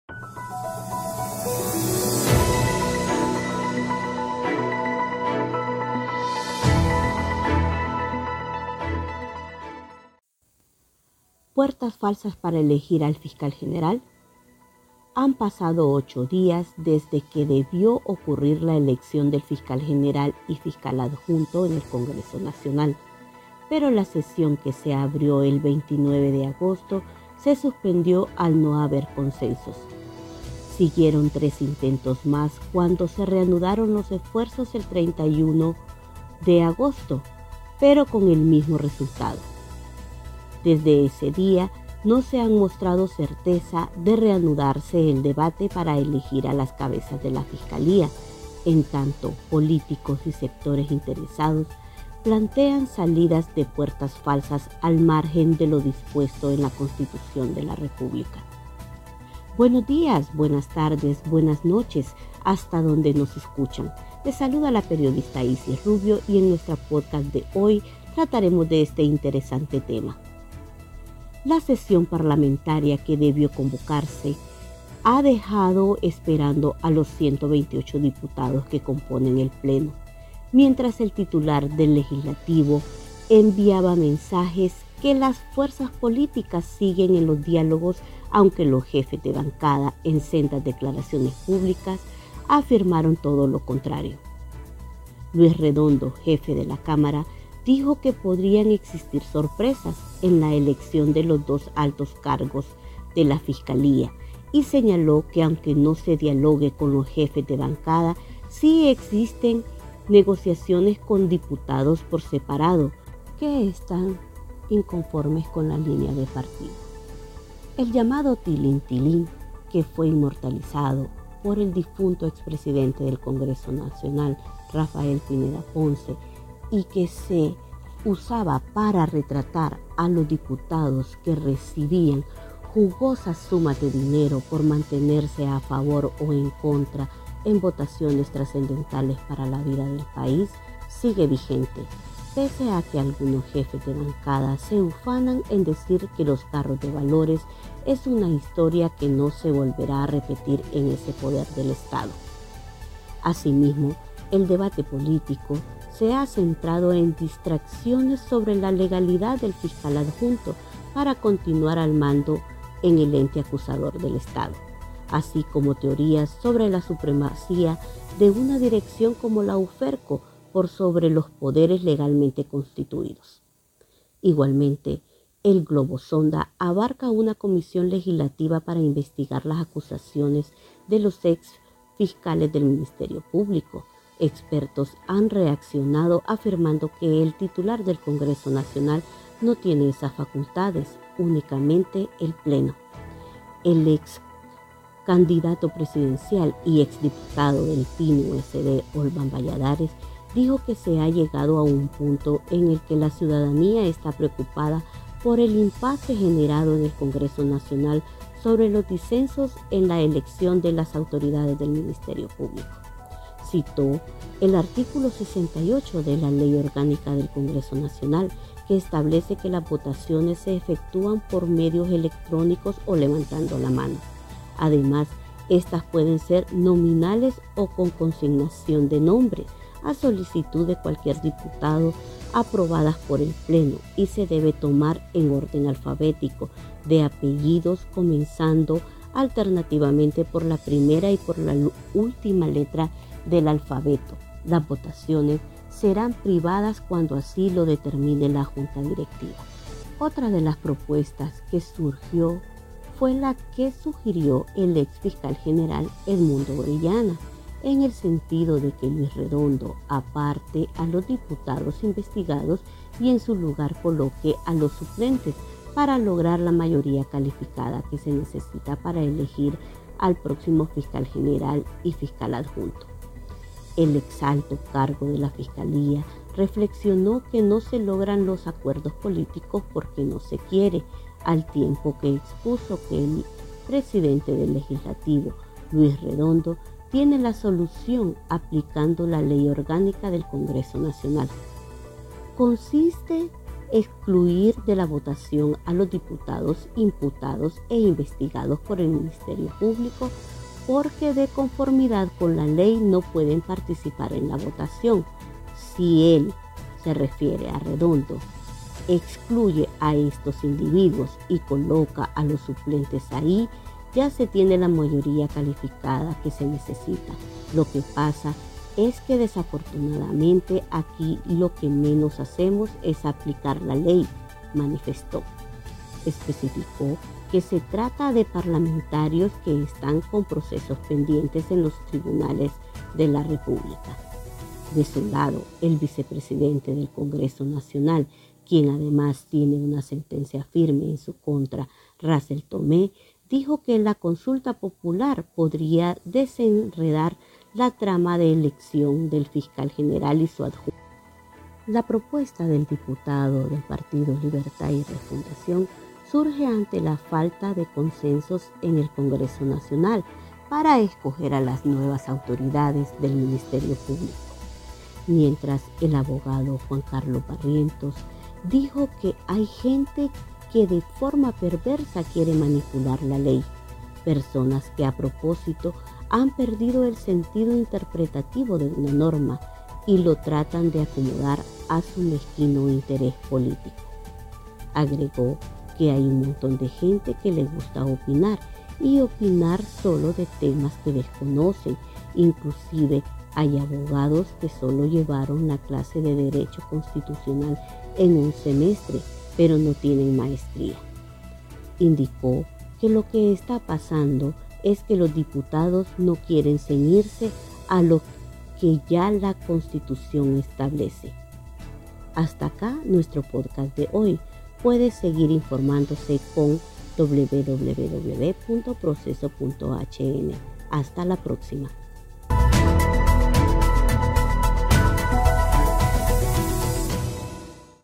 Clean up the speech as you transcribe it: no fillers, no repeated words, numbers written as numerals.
Puertas falsas para elegir al fiscal general. Han pasado 8 días desde que debió ocurrir la elección del fiscal general y fiscal adjunto en el Congreso Nacional, pero la sesión que se abrió el 29 de agosto se suspendió al no haber consensos. Siguieron 3 intentos más cuando se reanudaron los esfuerzos el 31 de agosto, pero con el mismo resultado. Desde ese día no se han mostrado certeza de reanudarse el debate para elegir a las cabezas de la Fiscalía, en tanto políticos y sectores interesados plantean salidas de puertas falsas al margen de lo dispuesto en la Constitución de la República. Buenos días, buenas tardes, buenas noches, hasta donde nos escuchan. Les saluda la periodista Isis Rubio y en nuestra podcast de hoy trataremos de este interesante tema. La sesión parlamentaria que debió convocarse ha dejado esperando a los 128 diputados que componen el Pleno, mientras el titular del Legislativo enviaba mensajes que las fuerzas políticas siguen en los diálogos, aunque los jefes de bancada en sendas declaraciones públicas afirmaron todo lo contrario. Luis Redondo, jefe de la Cámara, dijo que podrían existir sorpresas en la elección de los 2 altos cargos de la Fiscalía y señaló que aunque no se dialogue con los jefes de bancada, sí existen negociaciones con diputados por separado que están inconformes con la línea de partido. El llamado Tilín Tilín, que fue inmortalizado por el difunto expresidente del Congreso Nacional, Rafael Pineda Ponce, y que se usaba para retratar a los diputados que recibían jugosas sumas de dinero por mantenerse a favor o en contra en votaciones trascendentales para la vida del país, sigue vigente, pese a que algunos jefes de bancada se ufanan en decir que los carros de valores es una historia que no se volverá a repetir en ese poder del Estado. Asimismo, el debate político se ha centrado en distracciones sobre la legalidad del fiscal adjunto para continuar al mando en el ente acusador del Estado, así como teorías sobre la supremacía de una dirección como la UFERCO por sobre los poderes legalmente constituidos. Igualmente, el globo sonda abarca una comisión legislativa para investigar las acusaciones de los ex fiscales del Ministerio Público. Expertos han reaccionado afirmando que el titular del Congreso Nacional no tiene esas facultades, únicamente el Pleno. El ex candidato presidencial y exdiputado del PIN-USD, Olvan Valladares, dijo que se ha llegado a un punto en el que la ciudadanía está preocupada por el impasse generado en el Congreso Nacional sobre los disensos en la elección de las autoridades del Ministerio Público. Citó el artículo 68 de la Ley Orgánica del Congreso Nacional, que establece que las votaciones se efectúan por medios electrónicos o levantando la mano. Además, estas pueden ser nominales o con consignación de nombre, a solicitud de cualquier diputado, aprobadas por el Pleno, y se debe tomar en orden alfabético de apellidos, comenzando alternativamente por la primera y por la última letra del alfabeto. Las votaciones serán privadas cuando así lo determine la Junta Directiva. Otra de las propuestas que surgió fue la que sugirió el ex fiscal general Edmundo Orellana, en el sentido de que Luis Redondo aparte a los diputados investigados y en su lugar coloque a los suplentes para lograr la mayoría calificada que se necesita para elegir al próximo fiscal general y fiscal adjunto. El ex alto cargo de la Fiscalía reflexionó que no se logran los acuerdos políticos porque no se quiere, al tiempo que expuso que el presidente del Legislativo, Luis Redondo, tiene la solución aplicando la Ley Orgánica del Congreso Nacional. Consiste excluir de la votación a los diputados imputados e investigados por el Ministerio Público porque de conformidad con la ley no pueden participar en la votación. Si él, se refiere a Redondo, excluye a estos individuos y coloca a los suplentes ahí, ya se tiene la mayoría calificada que se necesita. Lo que pasa es que desafortunadamente aquí lo que menos hacemos es aplicar la ley, manifestó. Especificó que se trata de parlamentarios que están con procesos pendientes en los tribunales de la República. De su lado, el vicepresidente del Congreso Nacional, quien además tiene una sentencia firme en su contra, Russell Tomé, dijo que la consulta popular podría desenredar la trama de elección del fiscal general y su adjunto. La propuesta del diputado del Partido Libertad y Refundación surge ante la falta de consensos en el Congreso Nacional para escoger a las nuevas autoridades del Ministerio Público. Mientras el abogado Juan Carlos Barrientos dijo que hay gente que de forma perversa quiere manipular la ley, personas que a propósito han perdido el sentido interpretativo de una norma y lo tratan de acomodar a su mezquino interés político. Agregó que hay un montón de gente que le gusta opinar y opinar solo de temas que desconocen, inclusive hay abogados que solo llevaron la clase de Derecho Constitucional en un semestre, pero no tienen maestría. Indicó que lo que está pasando es que los diputados no quieren ceñirse a lo que ya la Constitución establece. Hasta acá nuestro podcast de hoy. Puedes seguir informándose con www.proceso.hn. Hasta la próxima.